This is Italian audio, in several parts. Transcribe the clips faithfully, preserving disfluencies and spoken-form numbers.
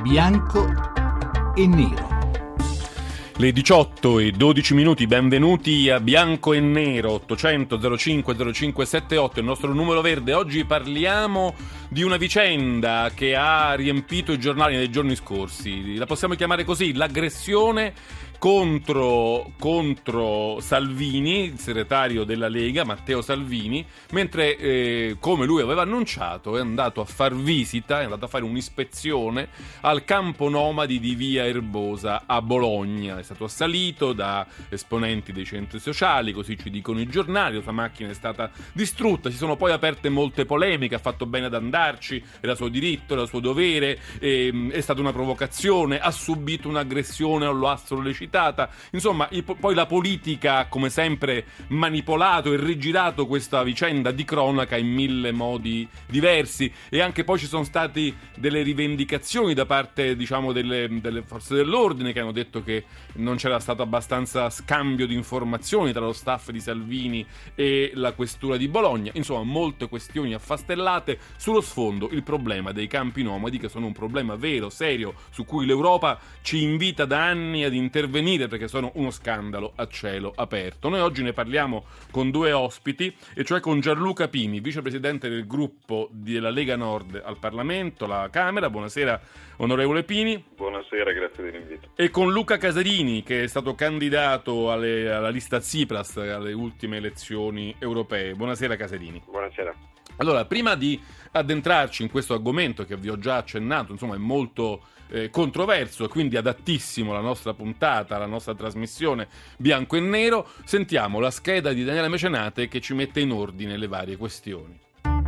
bianco e nero. Le diciotto e dodici minuti, benvenuti a Bianco e Nero. Ottocento zero cinque zero cinque settantotto, il nostro numero verde. Oggi parliamo di una vicenda che ha riempito i giornali nei giorni scorsi. La possiamo chiamare così: l'aggressione contro, contro Salvini, il segretario della Lega, Matteo Salvini, mentre, eh, come lui aveva annunciato, è andato a far visita, è andato a fare un'ispezione al campo nomadi di Via Erbosa a Bologna. È stato assalito da esponenti dei centri sociali, così ci dicono i giornali. La sua macchina è stata distrutta, si sono poi aperte molte polemiche. Ha fatto bene ad andarci, era suo diritto, era suo dovere, ehm, è stata una provocazione, ha subito un'aggressione o lo ha sollecitata. Insomma, il, poi la politica ha come sempre manipolato e rigirato questa vicenda di cronaca in mille modi diversi, e anche poi ci sono state delle rivendicazioni da parte, diciamo, delle, delle forze dell'ordine, che hanno detto che non c'era stato abbastanza scambio di informazioni tra lo staff di Salvini e la questura di Bologna. Insomma, molte questioni affastellate. Sullo sfondo il problema dei campi nomadi, che sono un problema vero, serio, su cui l'Europa ci invita da anni ad intervenire perché sono uno scandalo a cielo aperto. Noi oggi ne parliamo con due ospiti, e cioè con Gianluca Pini, vicepresidente del gruppo della Lega Nord al Parlamento, la Camera. Buonasera, onorevole Pini. Buonasera, grazie dell'invito. E con Luca Casarini, che è stato candidato alle, alla lista Tsipras alle ultime elezioni europee. Buonasera Casarini. Buonasera. Allora, prima di addentrarci in questo argomento che vi ho già accennato, insomma è molto eh, controverso e quindi adattissimo alla nostra puntata, alla nostra trasmissione Bianco e Nero, sentiamo la scheda di Daniele Mecenate che ci mette in ordine le varie questioni.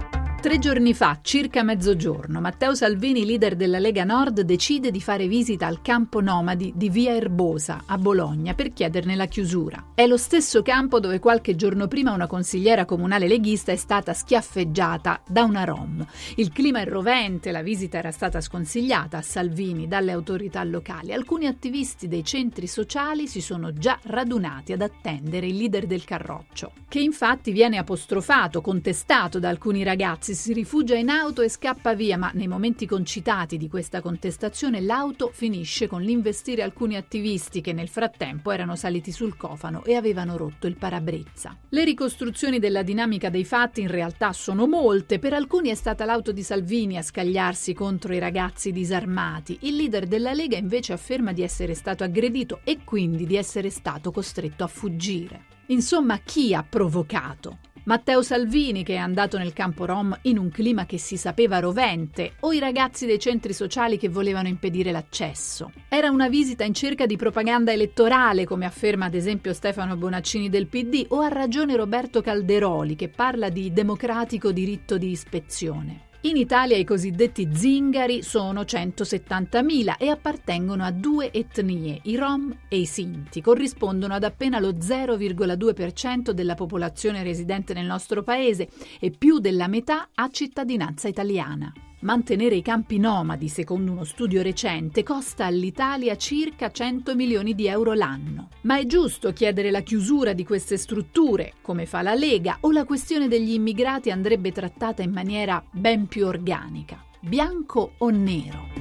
Tre giorni fa, circa mezzogiorno, Matteo Salvini, leader della Lega Nord, decide di fare visita al campo nomadi di Via Erbosa a Bologna per chiederne la chiusura. È lo stesso campo dove qualche giorno prima una consigliera comunale leghista è stata schiaffeggiata da una rom. Il clima è rovente, la visita era stata sconsigliata a Salvini dalle autorità locali. Alcuni attivisti dei centri sociali si sono già radunati ad attendere il leader del Carroccio, che infatti viene apostrofato, contestato da alcuni ragazzi. Si rifugia in auto e scappa via, ma nei momenti concitati di questa contestazione l'auto finisce con l'investire alcuni attivisti che nel frattempo erano saliti sul cofano e avevano rotto il parabrezza. Le ricostruzioni della dinamica dei fatti in realtà sono molte. Per alcuni è stata l'auto di Salvini a scagliarsi contro i ragazzi disarmati. Il leader della Lega invece afferma di essere stato aggredito e quindi di essere stato costretto a fuggire. Insomma, chi ha provocato? Matteo Salvini, che è andato nel campo rom in un clima che si sapeva rovente, o i ragazzi dei centri sociali che volevano impedire l'accesso? Era una visita in cerca di propaganda elettorale, come afferma ad esempio Stefano Bonaccini del P D, o ha ragione Roberto Calderoli, che parla di democratico diritto di ispezione? In Italia i cosiddetti zingari sono centosettantamila e appartengono a due etnie, i Rom e i Sinti. Corrispondono ad appena lo zero virgola due per cento della popolazione residente nel nostro paese e più della metà ha cittadinanza italiana. Mantenere i campi nomadi, secondo uno studio recente, costa all'Italia circa cento milioni di euro l'anno. Ma è giusto chiedere la chiusura di queste strutture, come fa la Lega, o la questione degli immigrati andrebbe trattata in maniera ben più organica? Bianco o nero?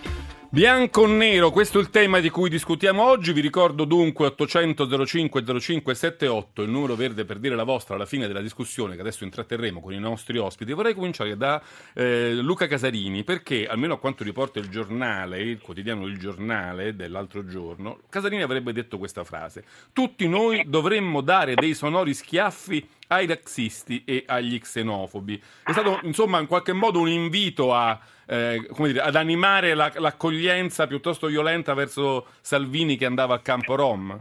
Bianco o nero, questo è il tema di cui discutiamo oggi. Vi ricordo dunque ottocento zero cinque zero cinque settantotto, il numero verde per dire la vostra alla fine della discussione che adesso intratterremo con i nostri ospiti. Vorrei cominciare da eh, Luca Casarini, perché almeno a quanto riporta il giornale, il quotidiano Il Giornale dell'altro giorno, Casarini avrebbe detto questa frase: tutti noi dovremmo dare dei sonori schiaffi ai razzisti e agli xenofobi. È stato insomma in qualche modo un invito a eh, come dire, ad animare la, l'accoglienza piuttosto violenta verso Salvini che andava al campo rom.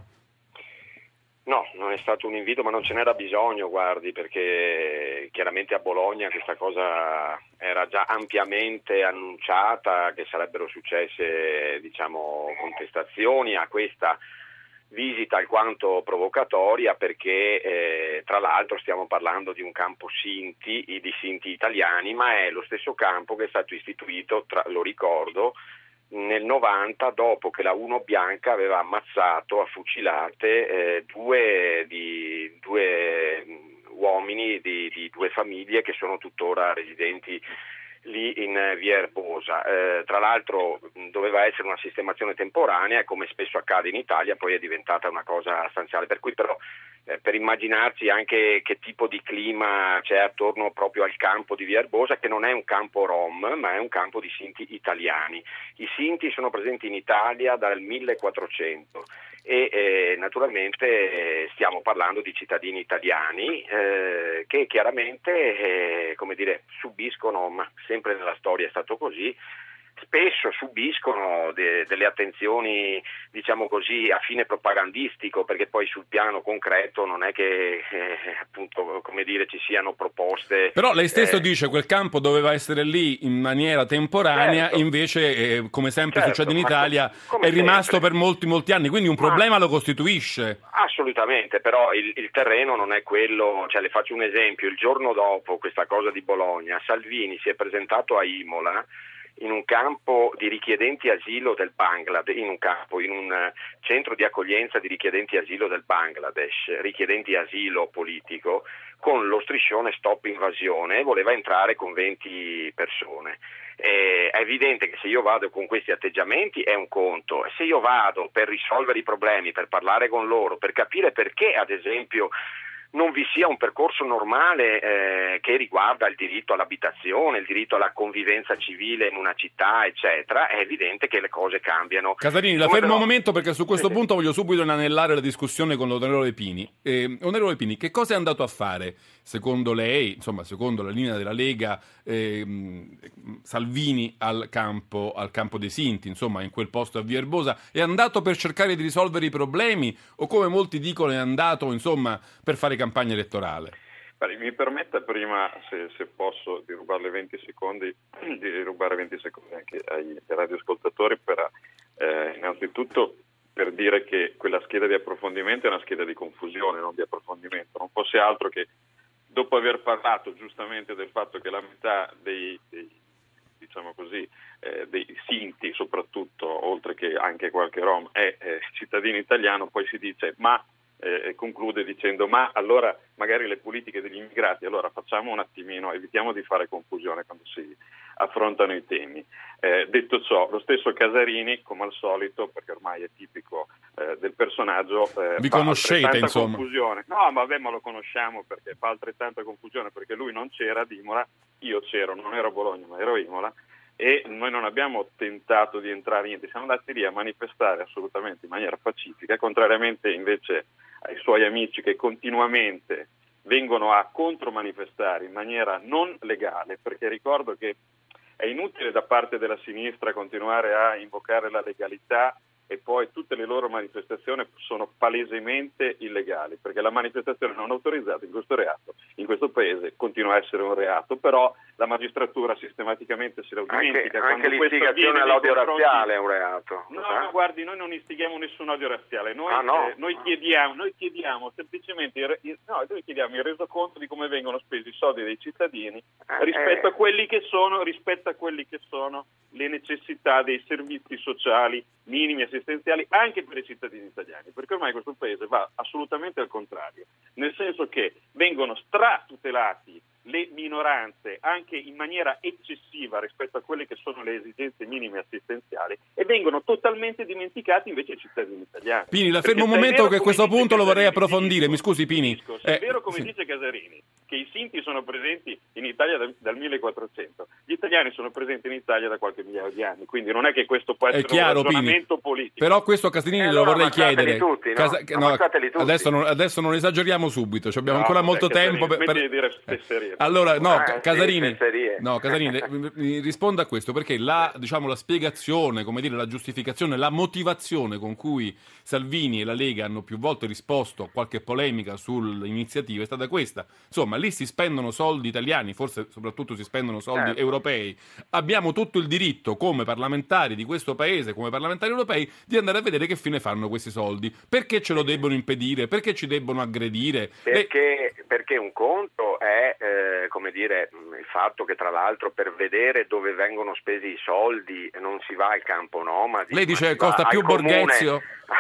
No, non è stato un invito, ma non ce n'era bisogno, guardi, perché chiaramente a Bologna questa cosa era già ampiamente annunciata, che sarebbero successe, diciamo, contestazioni a questa visita alquanto provocatoria, perché eh, tra l'altro stiamo parlando di un campo Sinti, di Sinti italiani, ma è lo stesso campo che è stato istituito, tra, lo ricordo, nel novanta, dopo che la Uno Bianca aveva ammazzato a fucilate eh, due, di, due uomini di, di due famiglie che sono tuttora residenti lì in via Erbosa. Eh, tra l'altro doveva essere una sistemazione temporanea e, come spesso accade in Italia, poi è diventata una cosa stanziale, per cui però eh, per immaginarci anche che tipo di clima c'è attorno proprio al campo di via Erbosa, che non è un campo rom ma è un campo di Sinti italiani. I Sinti sono presenti in Italia dal millequattrocento e eh, naturalmente eh, stiamo parlando di cittadini italiani eh, che chiaramente eh, come dire, subiscono, ma sempre nella storia è stato così, spesso subiscono de- delle attenzioni, diciamo così, a fine propagandistico, perché poi sul piano concreto non è che eh, appunto, come dire, ci siano proposte. Però lei stesso eh, dice quel campo doveva essere lì in maniera temporanea, certo, invece eh, come sempre certo, succede in Italia come è rimasto sempre. per molti molti anni, quindi un Ma- problema lo costituisce. Assolutamente, però il, il terreno non è quello, cioè le faccio un esempio: il giorno dopo questa cosa di Bologna, Salvini si è presentato a Imola in un campo di richiedenti asilo del Bangladesh, in un campo, in un uh, centro di accoglienza di richiedenti asilo del Bangladesh, richiedenti asilo politico, con lo striscione Stop Invasione, e voleva entrare con venti persone. Eh, è evidente che se io vado con questi atteggiamenti è un conto, e se io vado per risolvere i problemi, per parlare con loro, per capire perché ad esempio non vi sia un percorso normale eh, che riguarda il diritto all'abitazione, il diritto alla convivenza civile in una città, eccetera, è evidente che le cose cambiano. Casarini, la Come fermo però- un momento, perché su questo Sì, punto voglio subito inanellare la discussione con l'onorevole Pini. Eh, onorevole Pini, che cosa è andato a fare, secondo lei, insomma, secondo la linea della Lega, ehm, Salvini al campo, al campo dei Sinti, insomma, in quel posto a via Erbosa? È andato per cercare di risolvere i problemi o, come molti dicono, è andato, insomma, per fare campagna elettorale? Mi permetta prima, se, se posso, di rubarle venti secondi, di rubare venti secondi anche ai radioascoltatori per eh, innanzitutto per dire che quella scheda di approfondimento è una scheda di confusione, non di approfondimento. Non fosse altro che, dopo aver parlato giustamente del fatto che la metà dei, dei diciamo così, eh, dei Sinti soprattutto, oltre che anche qualche Rom, è eh, cittadino italiano, poi si dice ma Eh, conclude dicendo ma allora magari le politiche degli immigrati, allora facciamo un attimino, evitiamo di fare confusione quando si affrontano i temi. Eh, detto ciò, lo stesso Casarini, come al solito, perché ormai è tipico eh, del personaggio, eh, Vi fa conoscete, altrettanta insomma. confusione. No, ma vabbè, ma lo conosciamo perché fa altrettanta confusione, perché lui non c'era ad Imola, io c'ero, non ero a Bologna ma ero a Imola, e noi non abbiamo tentato di entrare niente, siamo andati lì a manifestare assolutamente in maniera pacifica, contrariamente invece ai suoi amici che continuamente vengono a contromanifestare in maniera non legale, perché ricordo che è inutile da parte della sinistra continuare a invocare la legalità e poi tutte le loro manifestazioni sono palesemente illegali, perché la manifestazione non autorizzata in questo reato, in questo paese, continua a essere un reato, però la magistratura sistematicamente se lo dimentica. Anche, anche Quando questo l'istigazione avviene all'odio nei confronti- razziale è un reato. No, eh? no, guardi, noi non istighiamo nessun odio razziale, noi, Ah, no? eh, noi, chiediamo, noi chiediamo semplicemente il, il- no, noi chiediamo il resoconto di come vengono spesi i soldi dei cittadini Eh, rispetto eh. a quelli che sono rispetto a quelli che sono le necessità dei servizi sociali minimi assistenziali anche per i cittadini italiani, perché ormai questo paese va assolutamente al contrario, nel senso che vengono stratutelati le minoranze anche in maniera eccessiva rispetto a quelle che sono le esigenze minime assistenziali e vengono totalmente dimenticati invece i cittadini italiani. Pini, la Perché fermo un se è momento vero, che come questo dice punto lo vorrei Casarini, approfondire, mi scusi Pini. finisco, se è Eh, vero come sì. dice Casarini che i Sinti sono presenti in Italia dal, dal millequattrocento, gli italiani sono presenti in Italia da qualche migliaio di anni, quindi non è che questo può È essere chiaro, un ragionamento Pini. politico. Però questo a Casarini Eh, lo allora vorrei ammazzateli chiedere. tutti, no? Casa- no, Ammazzateli tutti. adesso, non, adesso non esageriamo subito, ci abbiamo No, ancora vabbè, molto Casarini, tempo. Per, smetti per- di dire fesserie. Allora, no, Eh, Ca- sì, Casarini, fesserie. no, Casarini, mi- mi risponda a questo, perché la, diciamo, la spiegazione, come dire, la giustificazione, la motivazione con cui Salvini e la Lega hanno più volte risposto a qualche polemica sull'iniziativa è stata questa. Insomma, lì si spendono soldi italiani, forse soprattutto si spendono soldi Certo. europei. Abbiamo tutto il diritto, come parlamentari di questo paese, come parlamentari europei, di andare a vedere che fine fanno questi soldi. Perché ce lo debbono impedire? Perché ci debbono aggredire? Le- Perché, perché un conto è eh, come dire il fatto che tra l'altro per vedere dove vengono spesi i soldi non si va al campo nomadi. Lei dice che costa più Borghezio?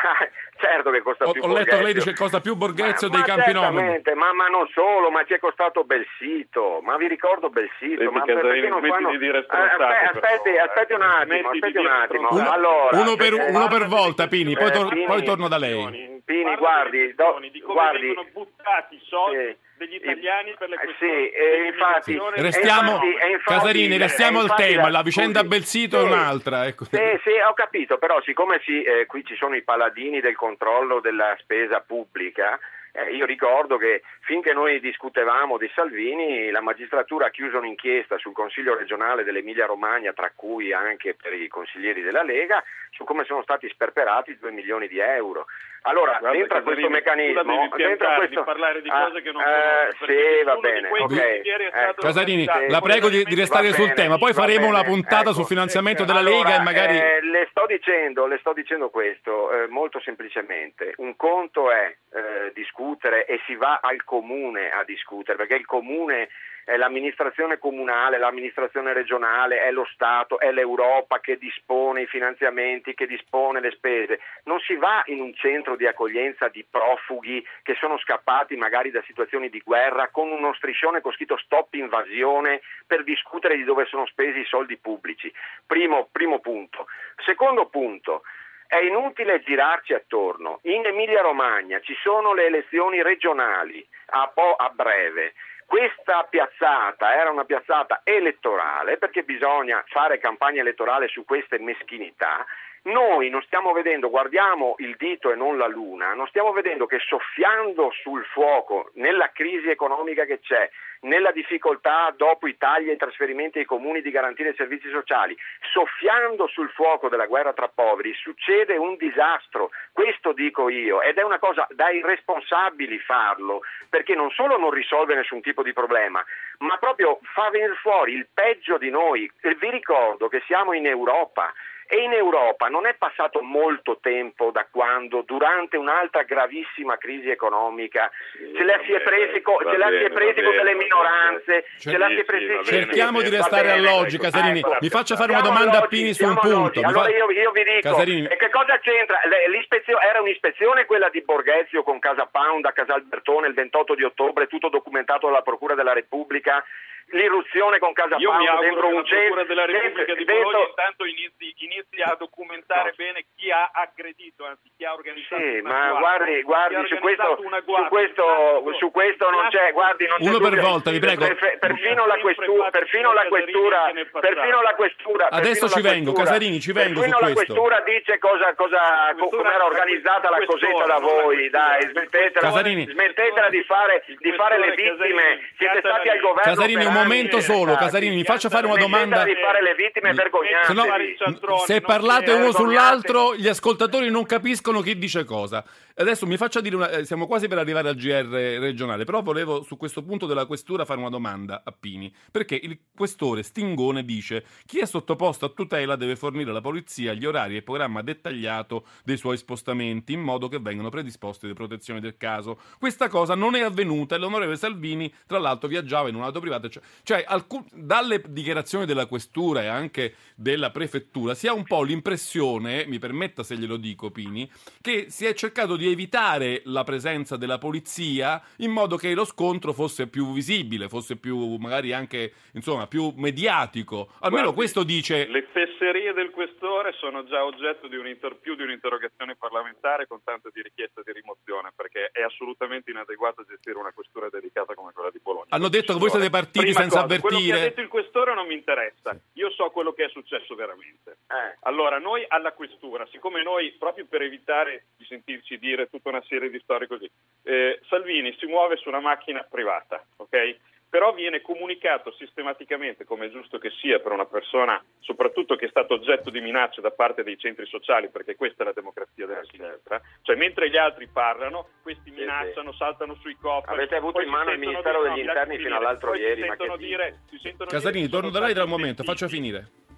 Certo che costa ho, più ho Borghezio. letto che lei dice che costa più Borghezio ma, dei ma campi nomadi. Ma, ma non solo, ma ci è costato Belsito, ma vi ricordo Belsito? Vedi, ma Casarini, perché non fanno... di dire stronzate, aspetti, aspetti, aspetti un attimo, aspetti un attimo. Uno, allora, uno, per, eh, uno per volta, Pini, poi, tor- eh, Pini, poi torno da lei. Pini, guardi, do, di come guardi, vengono buttati i soldi sì, degli italiani per le eh, questioni sì, e infatti, restiamo, infatti, e infatti, Casarini, restiamo al tema, la, la vicenda scusi, Belsito sì, è un'altra. Ecco. Sì, sì, ho capito, però siccome si, eh, qui ci sono i paladini del controllo della spesa pubblica, Eh, io ricordo che finché noi discutevamo di Salvini la magistratura ha chiuso un'inchiesta sul Consiglio regionale dell'Emilia Romagna, tra cui anche per i consiglieri della Lega, su come sono stati sperperati due milioni di euro. Allora, Guarda, dentro a questo meccanismo, dentro a questo di parlare di ah, cose che non eh, conosco, sì, va nessuno bene, di quei ok. consiglieri è stato Ecco. Casarini, organizzato. la prego di, di restare Va sul bene, tema, poi va faremo bene, una puntata ecco. sul finanziamento della Allora, Lega e magari... eh, le sto dicendo, le sto dicendo questo eh, molto semplicemente. Un conto è eh, discutere e si va al comune a discutere, perché il comune è l'amministrazione comunale, l'amministrazione regionale, è lo Stato, è l'Europa che dispone i finanziamenti, che dispone le spese. Non si va in un centro di accoglienza di profughi che sono scappati magari da situazioni di guerra con uno striscione con scritto stop invasione per discutere di dove sono spesi i soldi pubblici. Primo, primo punto. Secondo punto. È inutile girarci attorno. In Emilia Romagna ci sono le elezioni regionali a, po- a breve. Questa piazzata era una piazzata elettorale perché bisogna fare campagna elettorale su queste meschinità. Noi non stiamo vedendo, guardiamo il dito e non la luna, non stiamo vedendo che soffiando sul fuoco, nella crisi economica che c'è, nella difficoltà dopo i tagli e i trasferimenti ai comuni di garantire i servizi sociali, soffiando sul fuoco della guerra tra poveri, succede un disastro. Questo dico io, ed è una cosa da irresponsabili farlo, perché non solo non risolve nessun tipo di problema, ma proprio fa venire fuori il peggio di noi. E vi ricordo che siamo in Europa. E in Europa non è passato molto tempo da quando, durante un'altra gravissima crisi economica, sì, ce la si è presi con, ce la si è presi con delle minoranze, Cer- ce la si è presi sì, Cerchiamo bene, di restare all'oggi, ecco, Casarini. ecco. Mi faccia fare una Siamo domanda a all'oggi, Pini su un siamo punto. all'oggi. Mi Allora fa- io, io vi dico, Casarini. e che cosa c'entra? Le, l'ispezio- era un'ispezione quella di Borghezio con Casa Pound a Casalbertone il ventotto di ottobre, tutto documentato dalla Procura della Repubblica. L'irruzione con Casa Io mi Pound auguro dentro che un la Procura centro della Repubblica di dentro- Bologna intanto inizi, inizi a documentare No. bene chi ha aggredito, anzi chi ha organizzato Sì, un ma agguato, guardi, chi guardi ha su organizzato questo, un su agguato. questo, su questo non c'è, guardi, non c'è Uno per dubbio. volta, vi prego. Per- perfino la questura, perfino la questura, perfino la questura. Adesso perfino ci la vengo, questura- Casarini, ci vengo perfino su la questo. questura dice cosa, cosa La co- questura- come era organizzata la la cosetta questura, da non la voi, questura. dai, smettetela, Casarini. smettetela di fare, di fare le Casarini, vittime. Siete Casarini. stati al governo Casarini, per un anni, momento siete solo, stati. Casarini, mi faccia fare una Smettetela domanda. di fare le vittime vergognate. Se no, Cialtroni, se non parlate si- uno vergognate. sull'altro, gli ascoltatori non capiscono chi dice cosa. Adesso mi faccia dire una, eh, siamo quasi per arrivare al G R regionale, però volevo su questo punto della questura fare una domanda a Pini, perché il questore Stingone dice: chi è sottoposto a tutela deve fornire alla polizia gli orari e il programma dettagliato dei suoi spostamenti in modo che vengano predisposte le protezioni del caso. Questa cosa non è avvenuta e l'onorevole Salvini tra l'altro viaggiava in un'auto privata, cioè, cioè alcun, dalle dichiarazioni della questura e anche della prefettura si ha un po' l'impressione, mi permetta se glielo dico Pini, che si è cercato di evitare la presenza della polizia in modo che lo scontro fosse più visibile, fosse più magari anche insomma più mediatico. Almeno Guardi, questo dice. Le fesserie del questore sono già oggetto di un inter- più di un'interrogazione parlamentare con tanto di richiesta di rimozione, perché è assolutamente inadeguato a gestire una questura delicata come quella di Bologna. Hanno detto che voi siete partiti Prima senza cosa, quello che ha avvertire. detto il questore non mi interessa, io so quello che è successo veramente. Eh. Allora, noi alla questura, siccome noi, proprio per evitare di sentirci dire tutta una serie di storie così, eh, Salvini si muove su una macchina privata, ok? Però viene comunicato sistematicamente, come è giusto che sia per una persona, soprattutto che è stato oggetto di minacce da parte dei centri sociali, perché questa è la democrazia della sinistra, cioè mentre gli altri parlano, questi minacciano, saltano sui coffi. Avete avuto in mano il Ministero degli Interni fino all'altro ieri, ma che Dire, si sentono Casarini, dire, torno da sono lei tra un stati momento, sentiti. faccia finire.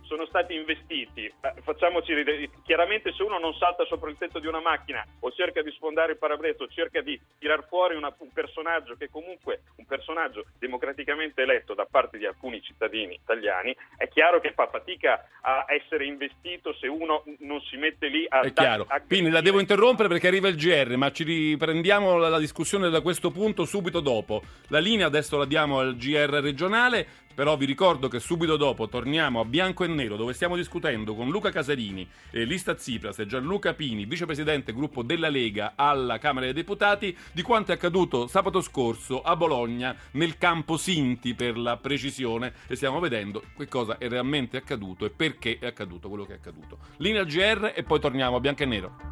sono stati investiti. Eh, facciamoci ridere. Chiaramente se uno non salta sopra il tetto di una macchina o cerca di sfondare il parabrezza o cerca di tirar fuori una, un personaggio che comunque un personaggio democraticamente eletto da parte di alcuni cittadini italiani, è chiaro che fa fatica a essere investito se uno non si mette lì a... È chiaro. a- Quindi la devo interrompere perché arriva il G R, ma ci riprendiamo la, la discussione da questo punto subito dopo. La linea adesso la diamo al G R regionale, però vi ricordo che subito dopo torniamo a Bianco e Nero, dove stiamo discutendo con Luca Casarini, eh, Lista Tsipras e Gianluca Pini, vicepresidente gruppo della Lega alla Camera dei Deputati, di quanto è accaduto sabato scorso a Bologna nel campo Sinti, per la precisione, e stiamo vedendo che cosa è realmente accaduto e perché è accaduto quello che è accaduto. Linea al G R e poi torniamo a Bianco e Nero.